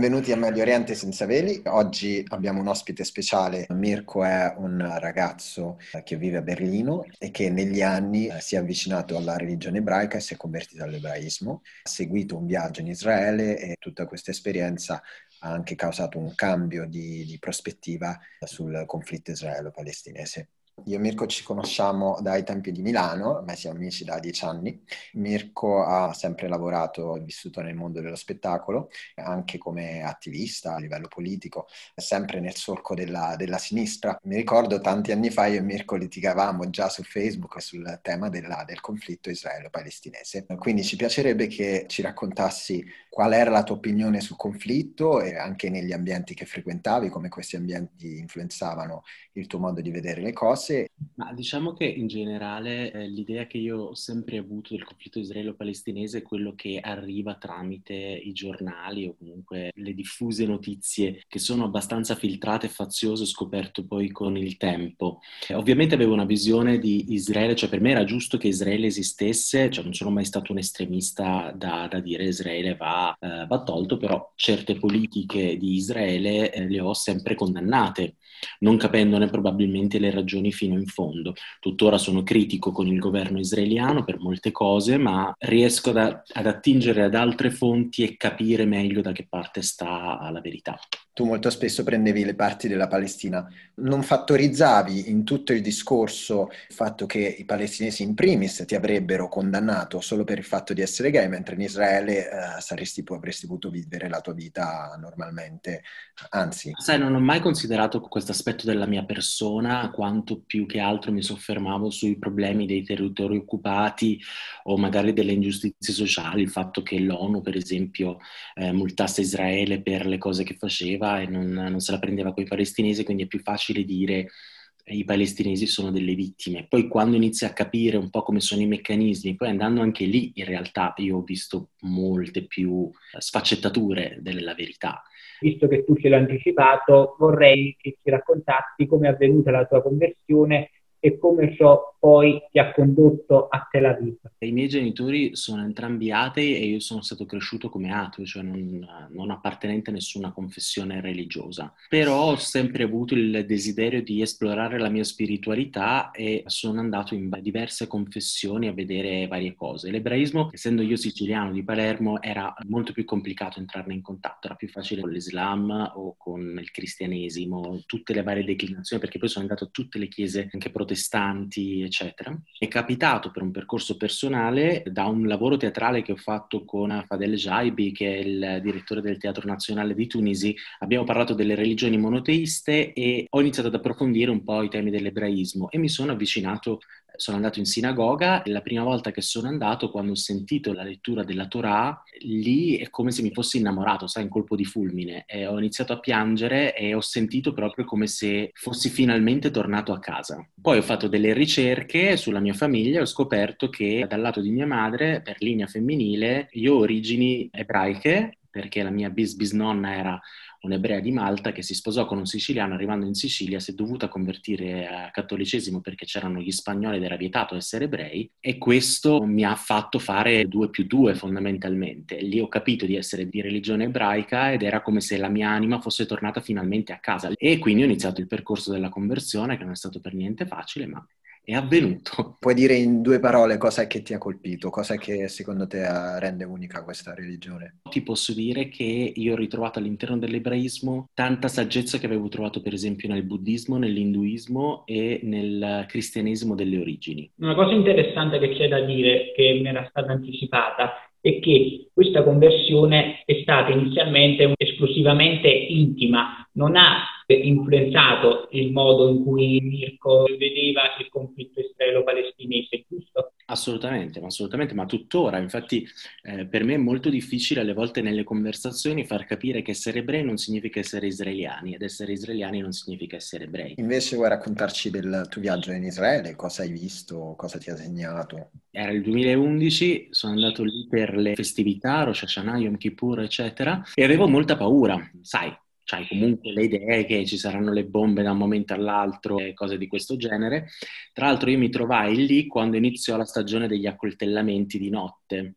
Benvenuti a Medio Oriente senza veli. Oggi abbiamo un ospite speciale. Mirko è un ragazzo che vive a Berlino e che negli anni si è avvicinato alla religione ebraica e si è convertito all'ebraismo. Ha seguito un viaggio in Israele e tutta questa esperienza ha anche causato un cambio di prospettiva sul conflitto israelo-palestinese. Io e Mirko ci conosciamo dai tempi di Milano, ma siamo amici da 10 anni. Mirko ha sempre lavorato e vissuto nel mondo dello spettacolo, anche come attivista a livello politico, sempre nel solco della sinistra. Mi ricordo tanti anni fa io e Mirko litigavamo già su Facebook sul tema del conflitto israelo-palestinese. Quindi ci piacerebbe che ci raccontassi qual era la tua opinione sul conflitto e anche negli ambienti che frequentavi, come questi ambienti influenzavano il tuo modo di vedere le cose. Ma diciamo che in generale l'idea che io ho sempre avuto del conflitto israelo-palestinese è quello che arriva tramite i giornali o comunque le diffuse notizie che sono abbastanza filtrate e faziose, ho scoperto poi con il tempo. Ovviamente avevo una visione di Israele, cioè per me era giusto che Israele esistesse, cioè non sono mai stato un estremista da dire Israele va tolto, però certe politiche di Israele le ho sempre condannate, non capendone probabilmente le ragioni fino in fondo. Tuttora sono critico con il governo israeliano per molte cose, ma riesco ad attingere ad altre fonti e capire meglio da che parte sta la verità. Tu molto spesso prendevi le parti della Palestina, non fattorizzavi in tutto il discorso il fatto che i palestinesi in primis ti avrebbero condannato solo per il fatto di essere gay, mentre in Israele avresti potuto vivere la tua vita normalmente, anzi. Sai, non ho mai considerato questo aspetto della mia persona, quanto più che altro mi soffermavo sui problemi dei territori occupati o magari delle ingiustizie sociali, il fatto che l'ONU, per esempio, multasse Israele per le cose che faceva e non se la prendeva con i palestinesi, quindi è più facile dire i palestinesi sono delle vittime. Poi quando inizi a capire un po' come sono i meccanismi, poi andando anche lì, in realtà io ho visto molte più sfaccettature della verità. Visto che tu ce l'hai anticipato, vorrei che ci raccontassi come è avvenuta la tua conversione e come ciò poi ti ha condotto a Tel Aviv. I miei genitori sono entrambi atei e io sono stato cresciuto come ateo, cioè non appartenente a nessuna confessione religiosa. Però ho sempre avuto il desiderio di esplorare la mia spiritualità e sono andato in diverse confessioni a vedere varie cose. L'ebraismo, essendo io siciliano di Palermo, era molto più complicato entrarne in contatto, era più facile con l'Islam o con il cristianesimo, tutte le varie declinazioni, perché poi sono andato a tutte le chiese anche protestanti, eccetera. È capitato per un percorso personale da un lavoro teatrale che ho fatto con Fadel Jaibi, che è il direttore del Teatro Nazionale di Tunisi. Abbiamo parlato delle religioni monoteiste e ho iniziato ad approfondire un po' i temi dell'ebraismo e mi sono avvicinato. Sono andato in sinagoga e la prima volta che sono andato, quando ho sentito la lettura della Torah, lì è come se mi fossi innamorato, sai, in colpo di fulmine. E ho iniziato a piangere e ho sentito proprio come se fossi finalmente tornato a casa. Poi ho fatto delle ricerche sulla mia famiglia e ho scoperto che dal lato di mia madre, per linea femminile, io ho origini ebraiche, perché la mia bisnonna era un'ebrea di Malta che si sposò con un siciliano, arrivando in Sicilia si è dovuta convertire al cattolicesimo perché c'erano gli spagnoli ed era vietato essere ebrei, e questo mi ha fatto fare 2 più 2 fondamentalmente. Lì ho capito di essere di religione ebraica ed era come se la mia anima fosse tornata finalmente a casa, e quindi ho iniziato il percorso della conversione, che non è stato per niente facile, ma è avvenuto. Puoi dire in 2 parole cosa è che ti ha colpito, cosa è che secondo te rende unica questa religione? Ti posso dire che io ho ritrovato all'interno dell'ebraismo tanta saggezza che avevo trovato per esempio nel buddismo, nell'induismo e nel cristianesimo delle origini. Una cosa interessante che c'è da dire, che mi era stata anticipata, è che questa conversione è stata inizialmente esclusivamente intima, non ha influenzato il modo in cui Mirko vedeva il conflitto israelo-palestinese, giusto? Assolutamente, ma tuttora, infatti per me è molto difficile alle volte nelle conversazioni far capire che essere ebrei non significa essere israeliani ed essere israeliani non significa essere ebrei. Invece vuoi raccontarci del tuo viaggio in Israele, cosa hai visto, cosa ti ha segnato? Era il 2011, sono andato lì per le festività, Rosh Hashanah, Yom Kippur, eccetera, e avevo molta paura, sai. C'hai comunque le idee che ci saranno le bombe da un momento all'altro e cose di questo genere. Tra l'altro io mi trovai lì quando iniziò la stagione degli accoltellamenti di notte.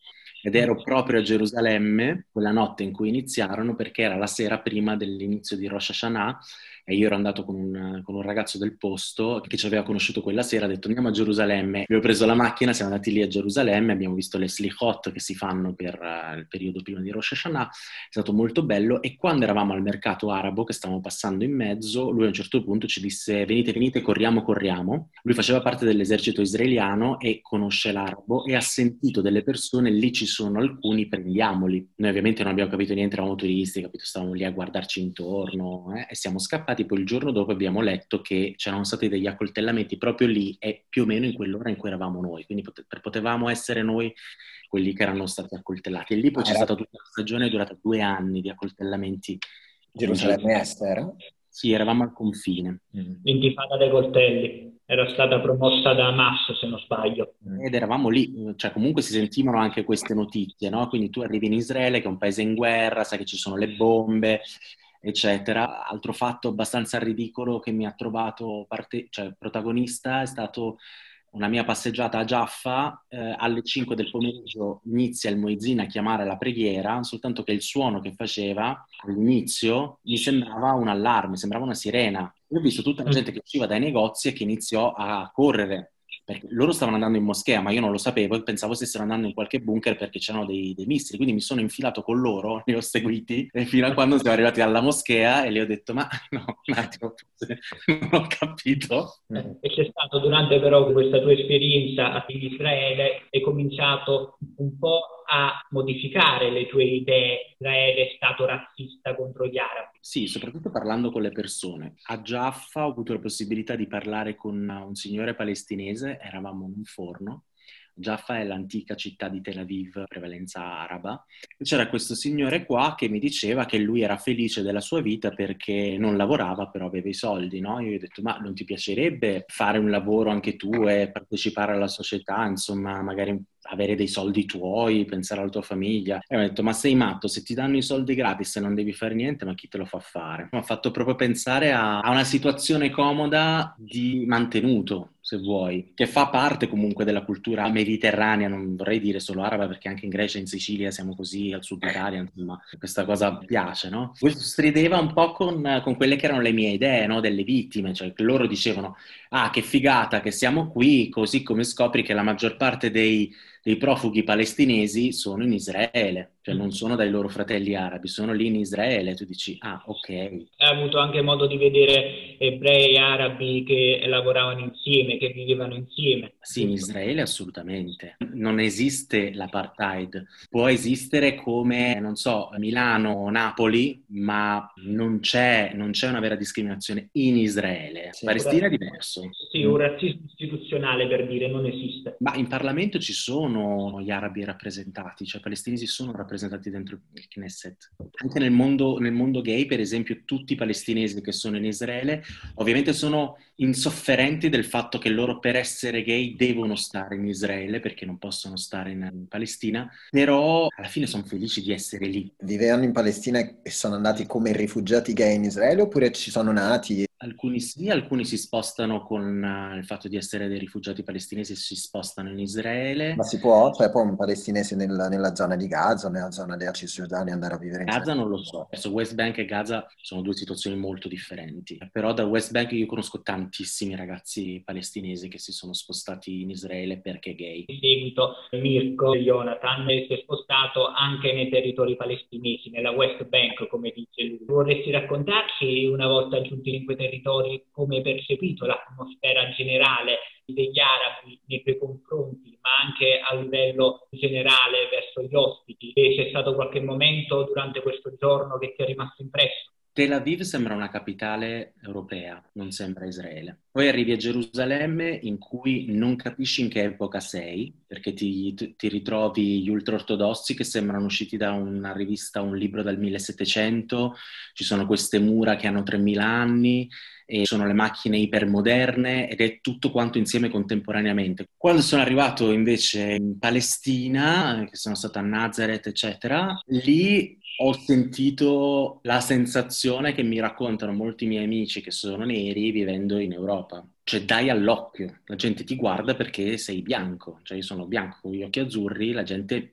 ed ero proprio a Gerusalemme quella notte in cui iniziarono, perché era la sera prima dell'inizio di Rosh Hashanah e io ero andato con un ragazzo del posto che ci aveva conosciuto quella sera, ha detto andiamo a Gerusalemme, abbiamo preso la macchina, siamo andati lì a Gerusalemme, abbiamo visto le slichot che si fanno per il periodo prima di Rosh Hashanah, è stato molto bello, e quando eravamo al mercato arabo che stavamo passando in mezzo, lui a un certo punto ci disse venite, venite, corriamo, corriamo. Lui faceva parte dell'esercito israeliano e conosce l'arabo e ha sentito delle persone, lì ci sono alcuni, prendiamoli. Noi ovviamente non abbiamo capito niente, eravamo turisti, capito? Stavamo lì a guardarci intorno e siamo scappati. Poi il giorno dopo abbiamo letto che c'erano stati degli accoltellamenti proprio lì e più o meno in quell'ora in cui eravamo noi, quindi potevamo essere noi quelli che erano stati accoltellati. E lì poi c'è stata tutta la stagione, è durata 2 anni di accoltellamenti. Gerusalemme Est era? Sì, eravamo al confine. L'intifada dei coltelli era stata promossa da Hamas, se non sbaglio. Ed eravamo lì, cioè comunque si sentivano anche queste notizie, no? Quindi tu arrivi in Israele, che è un paese in guerra, sai che ci sono le bombe, eccetera. Altro fatto abbastanza ridicolo che mi ha trovato protagonista è stato una mia passeggiata a Jaffa, alle 5 del pomeriggio inizia il muezzin a chiamare la preghiera, soltanto che il suono che faceva all'inizio mi sembrava un allarme, sembrava una sirena. Io ho visto tutta la gente che usciva dai negozi e che iniziò a correre, perché loro stavano andando in moschea, ma io non lo sapevo e pensavo stessero andando in qualche bunker perché c'erano dei missili, quindi mi sono infilato con loro, li ho seguiti, e fino a quando siamo arrivati alla moschea e le ho detto, ma no, un attimo, non ho capito. E c'è stato durante però questa tua esperienza in Israele, hai cominciato un po' a modificare le tue idee. Israele è stato razzista contro gli arabi. Sì, soprattutto parlando con le persone. A Jaffa ho avuto la possibilità di parlare con un signore palestinese, eravamo in un forno. Jaffa è l'antica città di Tel Aviv, prevalenza araba. C'era questo signore qua che mi diceva che lui era felice della sua vita perché non lavorava, però aveva i soldi, no? Io gli ho detto, ma non ti piacerebbe fare un lavoro anche tu e partecipare alla società, insomma, magari avere dei soldi tuoi, pensare alla tua famiglia? E mi ha detto, ma sei matto, se ti danno i soldi gratis e non devi fare niente, ma chi te lo fa fare? Mi ha fatto proprio pensare a una situazione comoda di mantenuto, se vuoi, che fa parte comunque della cultura mediterranea, non vorrei dire solo araba, perché anche in Grecia e in Sicilia siamo così, al sud Italia, insomma, questa cosa piace, no? Questo strideva un po' con quelle che erano le mie idee, no? Delle vittime, cioè che loro dicevano, ah, che figata che siamo qui, così come scopri che la maggior parte dei profughi palestinesi sono in Israele, cioè non sono dai loro fratelli arabi, sono lì in Israele. Tu dici, ah, ok. Hai avuto anche modo di vedere ebrei e arabi che lavoravano insieme, che vivevano insieme. Sì, in Israele assolutamente. Non esiste l'apartheid. Può esistere come, non so, Milano o Napoli, ma non c'è una vera discriminazione in Israele. Sì. Palestina è diverso. Sì, un razzismo istituzionale, per dire, non esiste. Ma in Parlamento ci sono gli arabi rappresentati, cioè i palestinesi sono rappresentati dentro il Knesset. Anche nel mondo gay, per esempio, tutti i palestinesi che sono in Israele ovviamente sono insofferenti del fatto che loro per essere gay devono stare in Israele perché non possono stare in Palestina, però alla fine sono felici di essere lì. Vivevano in Palestina e sono andati come rifugiati gay in Israele oppure ci sono nati? Alcuni sì, alcuni si spostano con il fatto di essere dei rifugiati palestinesi e si spostano in Israele. Ma si può? Cioè può un palestinese nella zona di Gaza o nella zona della Cisgiordania andare a vivere in Gaza Israele? non lo so, adesso West Bank e Gaza sono due situazioni molto differenti, però da West Bank io conosco tantissimi ragazzi palestinesi che si sono spostati in Israele perché gay. In seguito Mirko Jonathan si è spostato anche nei territori palestinesi, nella West Bank, come dice lui. Vorresti raccontarci, una volta giunti in quei territori, come hai percepito l'atmosfera generale degli arabi nei tuoi confronti, ma anche a livello generale verso gli ospiti? E c'è stato qualche momento durante questo giorno che ti è rimasto impresso? Tel Aviv sembra una capitale europea, non sembra Israele. Poi arrivi a Gerusalemme in cui non capisci in che epoca sei, perché ti ritrovi gli ultraortodossi che sembrano usciti da una rivista, un libro dal 1700, ci sono queste mura che hanno 3000 anni, e sono le macchine ipermoderne ed è tutto quanto insieme contemporaneamente. Quando sono arrivato invece in Palestina, che sono stato a Nazareth, eccetera, lì ho sentito la sensazione che mi raccontano molti miei amici che sono neri vivendo in Europa. Cioè dai all'occhio, la gente ti guarda perché sei bianco, cioè io sono bianco con gli occhi azzurri, la gente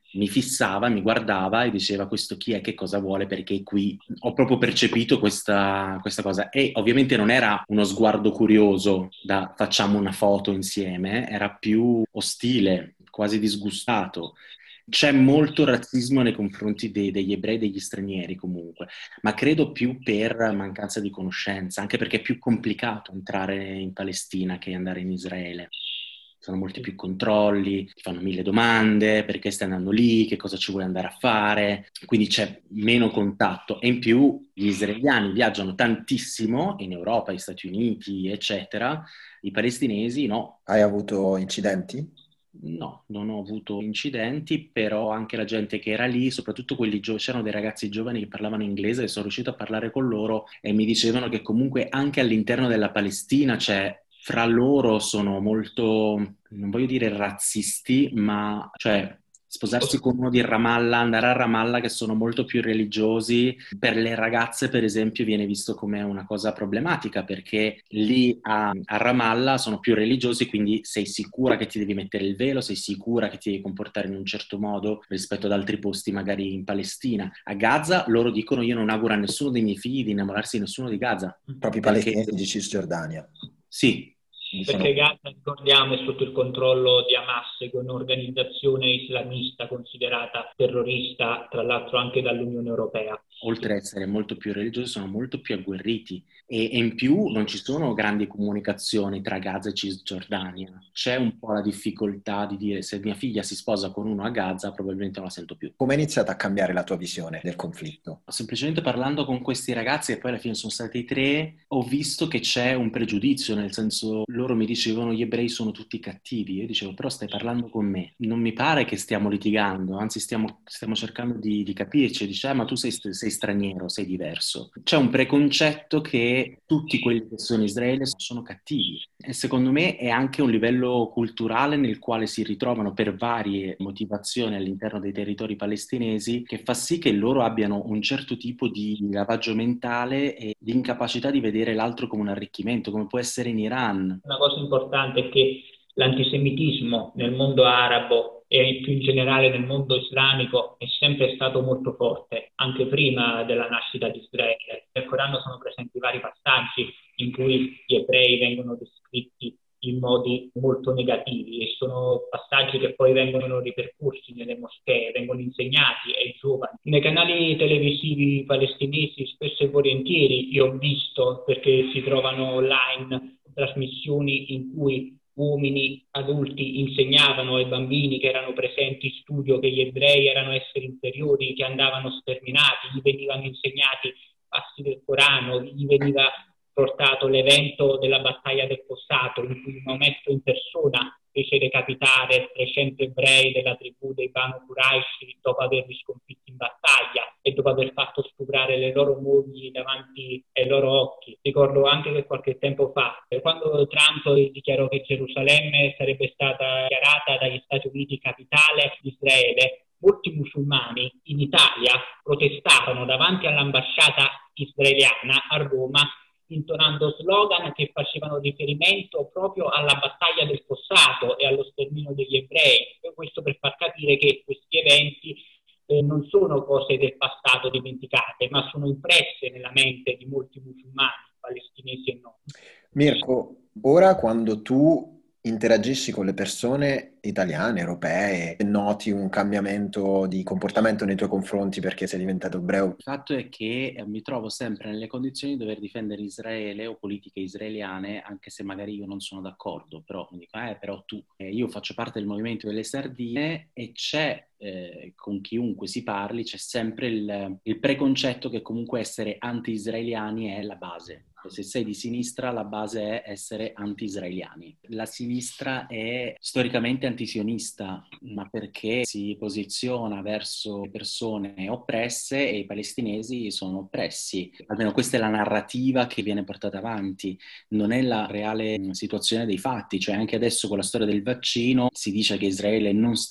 mi fissava, mi guardava e diceva questo chi è, che cosa vuole, perché qui ho proprio percepito questa cosa. E ovviamente non era uno sguardo curioso da facciamo una foto insieme, era più ostile, quasi disgustato. C'è molto razzismo nei confronti degli ebrei e degli stranieri comunque, ma credo più per mancanza di conoscenza, anche perché è più complicato entrare in Palestina che andare in Israele. Sono molti più controlli, ti fanno 1000 domande, perché stai andando lì, che cosa ci vuoi andare a fare, quindi c'è meno contatto. E in più gli israeliani viaggiano tantissimo in Europa, negli Stati Uniti, eccetera, i palestinesi no. Hai avuto incidenti? No, non ho avuto incidenti, però anche la gente che era lì, soprattutto quelli c'erano dei ragazzi giovani che parlavano inglese e sono riuscito a parlare con loro e mi dicevano che comunque anche all'interno della Palestina c'è, fra loro sono molto, non voglio dire razzisti, ma cioè sposarsi con uno di Ramallah, andare a Ramallah che sono molto più religiosi, per le ragazze per esempio viene visto come una cosa problematica perché lì a Ramallah sono più religiosi, quindi sei sicura che ti devi mettere il velo, sei sicura che ti devi comportare in un certo modo rispetto ad altri posti magari in Palestina. A Gaza loro dicono io non auguro a nessuno dei miei figli di innamorarsi di nessuno di Gaza. Proprio i Perché palestinesi di Cisgiordania. sì. Perché Gaza, ricordiamo, è sotto il controllo di Hamas, che è un'organizzazione islamista considerata terrorista, tra l'altro anche dall'Unione Europea. Oltre a essere molto più religiosi, sono molto più agguerriti e in più non ci sono grandi comunicazioni tra Gaza e Cisgiordania. C'è un po' la difficoltà di dire se mia figlia si sposa con uno a Gaza probabilmente non la sento più. Come è iniziata a cambiare la tua visione del conflitto? Semplicemente parlando con questi ragazzi, e poi alla fine sono stati 3, ho visto che c'è un pregiudizio, nel senso loro mi dicevano gli ebrei sono tutti cattivi, io dicevo però stai parlando con me, non mi pare che stiamo litigando, anzi stiamo cercando di capirci, dice ma tu sei straniero, sei diverso. C'è un preconcetto che tutti quelli che sono in Israele sono cattivi e secondo me è anche un livello culturale nel quale si ritrovano per varie motivazioni all'interno dei territori palestinesi che fa sì che loro abbiano un certo tipo di lavaggio mentale e di incapacità di vedere l'altro come un arricchimento, come può essere in Iran. Una cosa importante è che l'antisemitismo nel mondo arabo e più in generale nel mondo islamico è sempre stato molto forte, anche prima della nascita di Israele. Nel Corano sono presenti vari passaggi in cui gli ebrei vengono descritti in modi molto negativi e sono passaggi che poi vengono ripercorsi nelle moschee, vengono insegnati ai giovani. Nei canali televisivi palestinesi spesso e volentieri io ho visto, perché si trovano online, trasmissioni in cui uomini adulti insegnavano ai bambini che erano presenti in studio che gli ebrei erano esseri inferiori, che andavano sterminati, gli venivano insegnati passi del Corano, gli veniva portato l'evento della battaglia del Fossato in cui Maometto in persona fece decapitare 300 ebrei della tribù dei Banu Quraysh dopo averli sconfitti in battaglia e dopo aver fatto stuprare le loro mogli davanti ai loro occhi. Ricordo anche che qualche tempo fa, quando Trump dichiarò che Gerusalemme sarebbe stata dichiarata dagli Stati Uniti capitale di Israele, molti musulmani in Italia protestavano davanti all'ambasciata israeliana a Roma intonando slogan che facevano riferimento proprio alla battaglia del Fossato e allo sterminio degli ebrei. E questo per far capire che questi eventi non sono cose del passato dimenticate, ma sono impresse nella mente di molti musulmani, palestinesi e non. Mirko, ora quando tu interagisci con le persone italiane, europee, noti un cambiamento di comportamento nei tuoi confronti perché sei diventato ebreo? Il fatto è che mi trovo sempre nelle condizioni di dover difendere Israele o politiche israeliane, anche se magari io non sono d'accordo, però mi dico, però tu, io faccio parte del movimento delle sardine e c'è, con chiunque si parli, c'è sempre il preconcetto che comunque essere anti-israeliani è la base. Se sei di sinistra, la base è essere anti-israeliani. La sinistra è storicamente antisionista, ma perché si posiziona verso persone oppresse e i palestinesi sono oppressi. Almeno questa è la narrativa che viene portata avanti, non è la reale situazione dei fatti. Cioè anche adesso con la storia del vaccino si dice che Israele non sta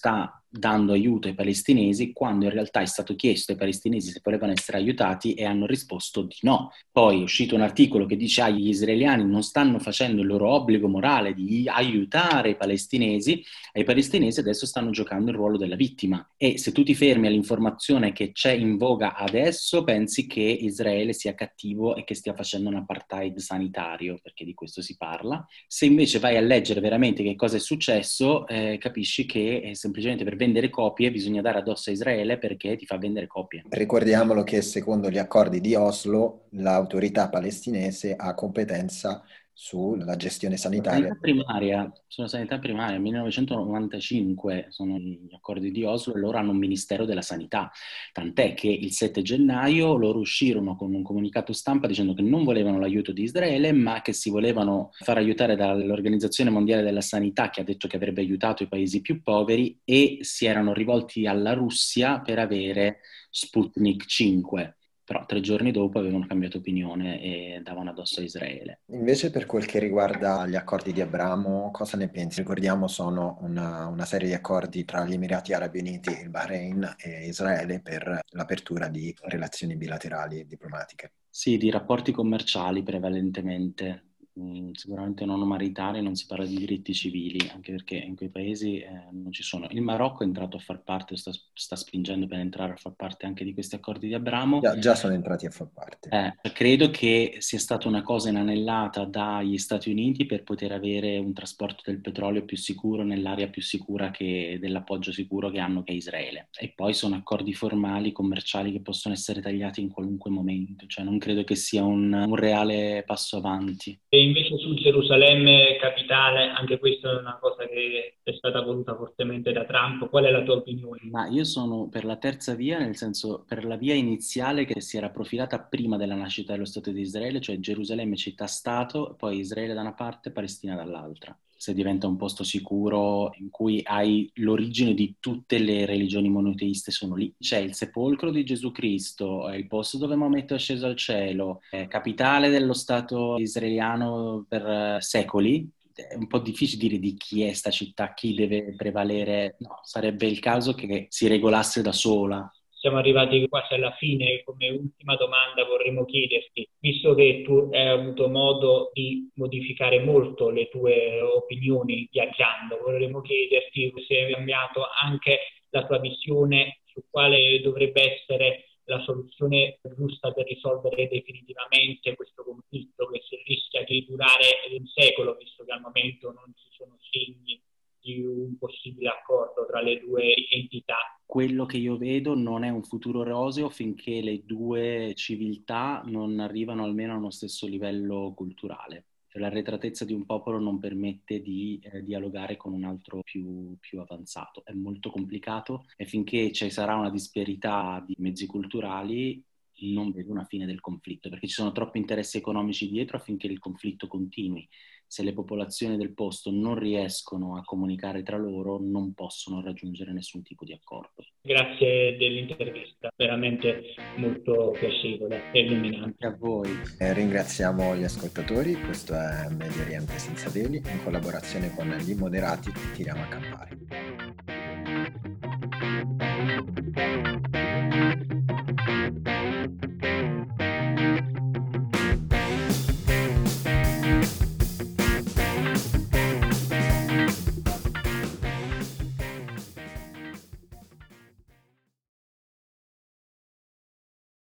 dando aiuto ai palestinesi, quando in realtà è stato chiesto ai palestinesi se volevano essere aiutati e hanno risposto di no. Poi è uscito un articolo che dice gli israeliani non stanno facendo il loro obbligo morale di aiutare i palestinesi adesso stanno giocando il ruolo della vittima. E se tu ti fermi all'informazione che c'è in voga adesso, pensi che Israele sia cattivo e che stia facendo un apartheid sanitario, perché di questo si parla. Se invece vai a leggere veramente che cosa è successo, capisci che semplicemente per vendere copie bisogna dare addosso a Israele perché ti fa vendere copie. Ricordiamolo che secondo gli accordi di Oslo l'autorità palestinese ha competenza sulla gestione sanitaria. Sulla sanità primaria, 1995 sono gli accordi di Oslo e loro hanno un ministero della sanità, tant'è che il 7 gennaio loro uscirono con un comunicato stampa dicendo che non volevano l'aiuto di Israele, ma che si volevano far aiutare dall'Organizzazione Mondiale della Sanità, che ha detto che avrebbe aiutato i paesi più poveri, e si erano rivolti alla Russia per avere Sputnik 5. Però 3 giorni dopo avevano cambiato opinione e davano addosso a Israele. Invece per quel che riguarda gli accordi di Abramo, cosa ne pensi? Ricordiamo sono una serie di accordi tra gli Emirati Arabi Uniti, il Bahrain e Israele per l'apertura di relazioni bilaterali e diplomatiche. Sì, di rapporti commerciali prevalentemente. Sicuramente non maritali, non si parla di diritti civili, anche perché in quei paesi non ci sono. Il Marocco è entrato a far parte, sta spingendo per entrare a far parte anche di questi accordi di Abramo. Già sono entrati a far parte. Credo che sia stata una cosa inanellata dagli Stati Uniti per poter avere un trasporto del petrolio più sicuro nell'area più sicura dell'appoggio sicuro che hanno, che è Israele. E poi sono accordi formali, commerciali, che possono essere tagliati in qualunque momento, cioè non credo che sia un reale passo avanti. E invece su Gerusalemme capitale, anche questa è una cosa che è stata voluta fortemente da Trump. Qual è la tua opinione? Ma io sono per la terza via, nel senso per la via iniziale che si era profilata prima della nascita dello Stato di Israele, cioè Gerusalemme città-stato, poi Israele da una parte e Palestina dall'altra. Se diventa un posto sicuro in cui hai l'origine di tutte le religioni monoteiste, sono lì. C'è il sepolcro di Gesù Cristo, è il posto dove Maometto è sceso al cielo, è capitale dello Stato israeliano per secoli. È un po' difficile dire di chi è sta città, chi deve prevalere. No, sarebbe il caso che si regolasse da sola. Siamo arrivati quasi alla fine. Come ultima domanda vorremmo chiederti, visto che tu hai avuto modo di modificare molto le tue opinioni viaggiando, vorremmo chiederti se hai cambiato anche la tua visione su quale dovrebbe essere la soluzione giusta per risolvere definitivamente questo conflitto che si rischia di durare un secolo, visto che al momento non ci sono segni di un possibile accordo tra le due entità. Quello che io vedo non è un futuro roseo finché le due civiltà non arrivano almeno a uno stesso livello culturale. Cioè, l'arretratezza di un popolo non permette di dialogare con un altro più avanzato. È molto complicato e finché ci sarà una disparità di mezzi culturali non vedo una fine del conflitto, perché ci sono troppi interessi economici dietro affinché il conflitto continui. Se le popolazioni del posto non riescono a comunicare tra loro, non possono raggiungere nessun tipo di accordo. Grazie dell'intervista, veramente molto piacevole e illuminante. A voi. Ringraziamo gli ascoltatori, questo è Medio Oriente Senza Veli, in collaborazione con gli Immoderati e Tiriamo a Campare.